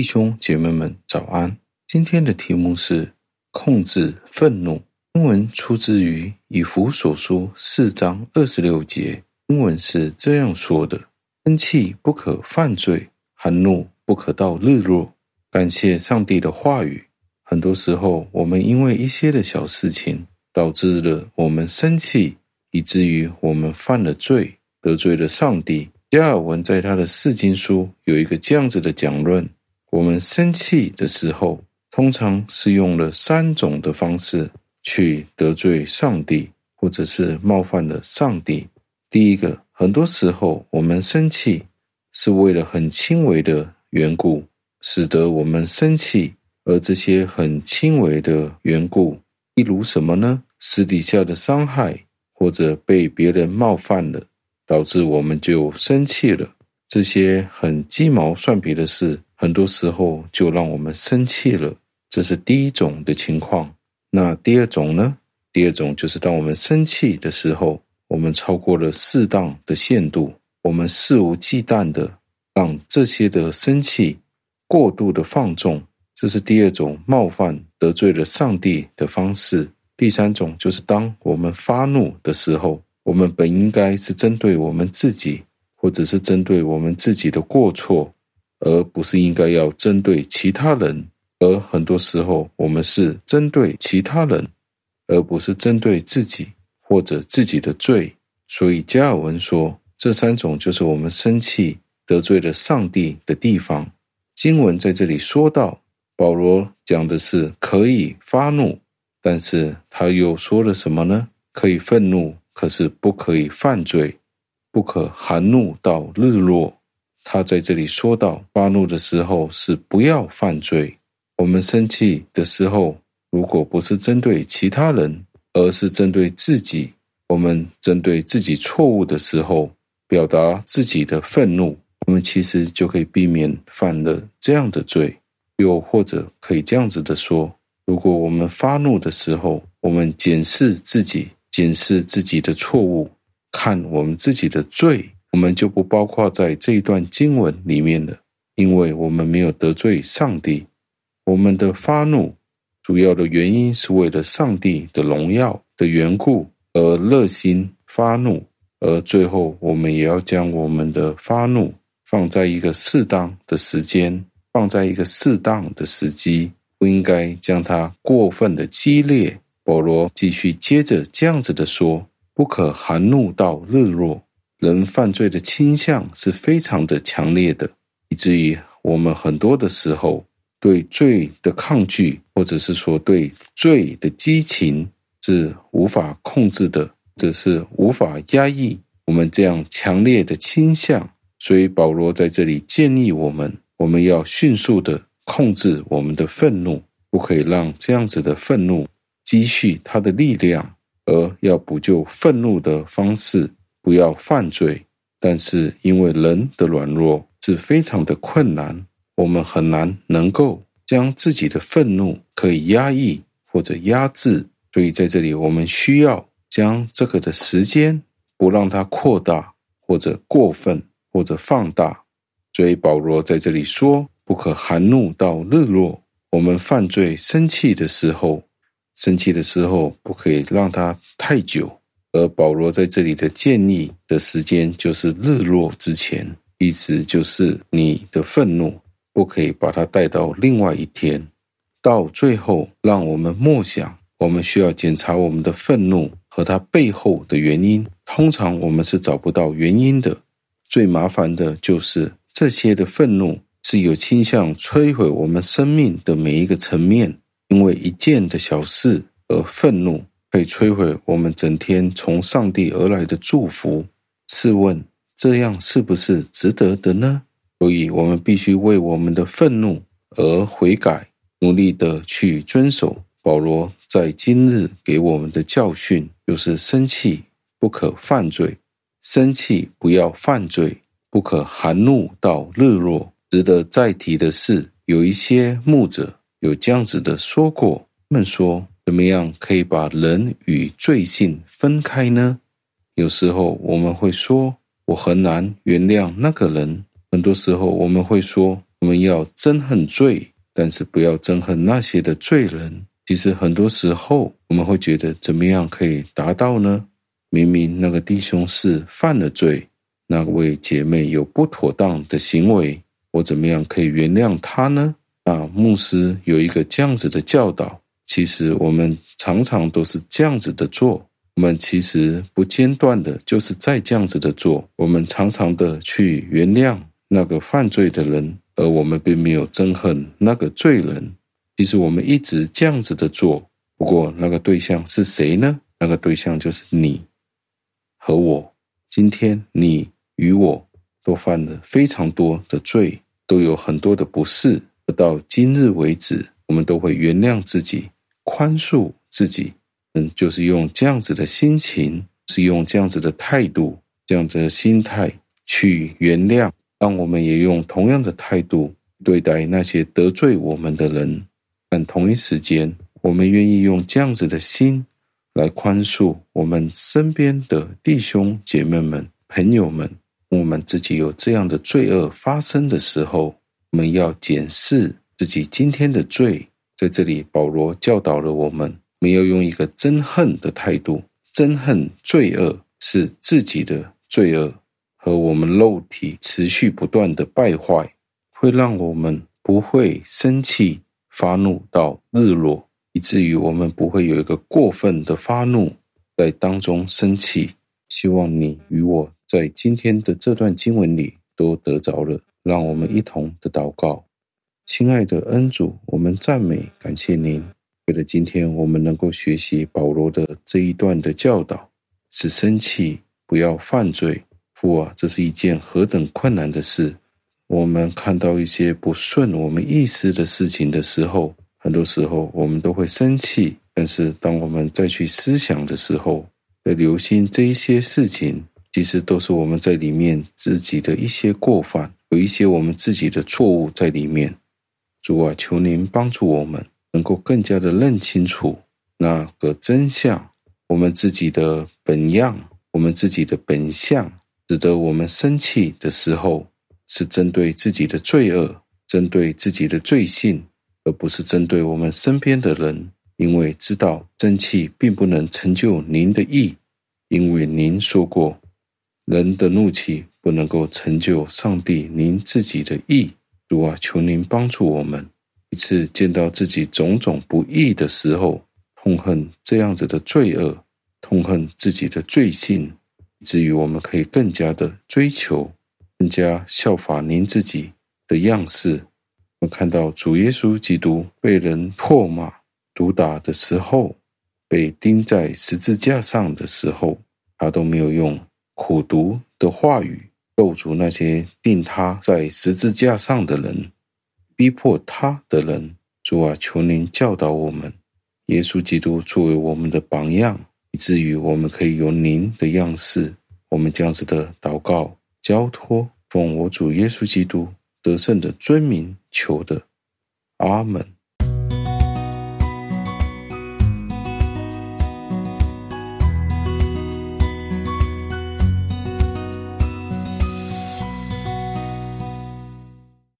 弟兄姐妹们早安，今天的题目是控制愤怒。经文出自于以弗所书4章26节，经文是这样说的：生气不可犯罪，含怒不可到日落。感谢上帝的话语。很多时候我们因为一些的小事情导致了我们生气，以至于我们犯了罪，得罪了上帝。加尔文在他的释经书有一个这样子的讲论，我们生气的时候通常是用了3种的方式去得罪上帝，或者是冒犯了上帝。第一个，很多时候我们生气是为了很轻微的缘故使得我们生气，而这些很轻微的缘故例如什么呢？私底下的伤害，或者被别人冒犯了，导致我们就生气了。这些很鸡毛蒜皮的事，很多时候就让我们生气了。这是第一种的情况。那第二种呢？第二种就是当我们生气的时候，我们超过了适当的限度，我们肆无忌惮的让这些的生气过度的放纵，这是第二种冒犯得罪了上帝的方式。第三种就是当我们发怒的时候，我们本应该是针对我们自己，或者是针对我们自己的过错，而不是应该要针对其他人。而很多时候我们是针对其他人，而不是针对自己或者自己的罪。所以加尔文说，这3种就是我们生气得罪了上帝的地方。经文在这里说到，保罗讲的是可以发怒，但是他又说了什么呢？可以愤怒，可是不可以犯罪，不可含怒到日落。他在这里说到，发怒的时候是不要犯罪。我们生气的时候，如果不是针对其他人，而是针对自己，我们针对自己错误的时候，表达自己的愤怒，我们其实就可以避免犯了这样的罪。又或者可以这样子的说，如果我们发怒的时候，我们检视自己的错误，看我们自己的罪，我们就不包括在这一段经文里面了，因为我们没有得罪上帝。我们的发怒主要的原因是为了上帝的荣耀的缘故而热心发怒，而最后我们也要将我们的发怒放在一个适当的时间，放在一个适当的时机，不应该将它过分的激烈。保罗继续接着这样子的说，不可含怒到日落。人犯罪的倾向是非常的强烈的，以至于我们很多的时候对罪的抗拒，或者是说对罪的激情是无法控制的，或者是无法压抑我们这样强烈的倾向。所以保罗在这里建议我们要迅速的控制我们的愤怒，不可以让这样子的愤怒积蓄它的力量，而要补救愤怒的方式，不要犯罪。但是因为人的软弱是非常的困难，我们很难能够将自己的愤怒可以压抑或者压制，所以在这里我们需要将这个的时间不让它扩大或者过分或者放大。所以保罗在这里说，不可含怒到日落。我们犯罪生气的时候不可以让它太久，而保罗在这里的建议的时间就是日落之前，意思就是你的愤怒不可以把它带到另外一天。到最后让我们默想，我们需要检查我们的愤怒和它背后的原因。通常我们是找不到原因的，最麻烦的就是这些的愤怒是有倾向摧毁我们生命的每一个层面，因为一件的小事而愤怒可以摧毁我们整天从上帝而来的祝福。试问这样是不是值得的呢？所以我们必须为我们的愤怒而悔改，努力的去遵守保罗在今日给我们的教训，就是生气不可犯罪，生气不要犯罪，不可含怒到日落。值得再提的是，有一些牧者有这样子的说过，他们说怎么样可以把人与罪性分开呢？有时候我们会说，我很难原谅那个人。很多时候我们会说， 我们要憎恨罪，但是不要憎恨那些的罪人。其实很多时候我们会觉得怎么样可以达到呢？明明那个弟兄是犯了罪，那位姐妹有不妥当的行为，我怎么样可以原谅他呢？那牧师有一个这样子的教导，其实我们常常都是这样子的做，我们其实不间断的就是在这样子的做，我们常常的去原谅那个犯罪的人，而我们并没有憎恨那个罪人。其实我们一直这样子的做，不过那个对象是谁呢？那个对象就是你和我。今天你与我都犯了非常多的罪，都有很多的不是，而到今日为止，我们都会原谅自己，宽恕自己。就是用这样子的心情，是用这样子的态度，这样子的心态去原谅，让我们也用同样的态度对待那些得罪我们的人。但同一时间，我们愿意用这样子的心来宽恕我们身边的弟兄姐妹们、朋友们。我们自己有这样的罪恶发生的时候，我们要检视自己今天的罪。在这里，保罗教导了我们要用一个憎恨的态度，憎恨罪恶是自己的罪恶和我们肉体持续不断的败坏，会让我们不会生气发怒到日落，以至于我们不会有一个过分的发怒在当中生气。希望你与我在今天的这段经文里都得着了，让我们一同的祷告。亲爱的恩主，我们赞美感谢您，为了今天我们能够学习保罗的这一段的教导，是生气不要犯罪。父啊，这是一件何等困难的事。我们看到一些不顺我们意思的事情的时候，很多时候我们都会生气，但是当我们再去思想的时候，在留心这一些事情，其实都是我们在里面自己的一些过犯，有一些我们自己的错误在里面。主啊，求您帮助我们能够更加的认清楚那个真相，我们自己的本样，我们自己的本相，使得我们生气的时候是针对自己的罪恶，针对自己的罪性，而不是针对我们身边的人。因为知道生气并不能成就您的义，因为您说过，人的怒气不能够成就上帝您自己的义。主啊，求您帮助我们，一次见到自己种种不义的时候，痛恨这样子的罪恶，痛恨自己的罪性，以至于我们可以更加的追求，更加效法您自己的样式。我们看到主耶稣基督被人唾骂毒打的时候，被钉在十字架上的时候，他都没有用苦毒的话语咒诅那些钉他在十字架上的人，逼迫他的人。主啊，求您教导我们，耶稣基督作为我们的榜样，以至于我们可以有您的样式。我们这样子的祷告交托，奉我主耶稣基督得胜的尊名求的，阿们。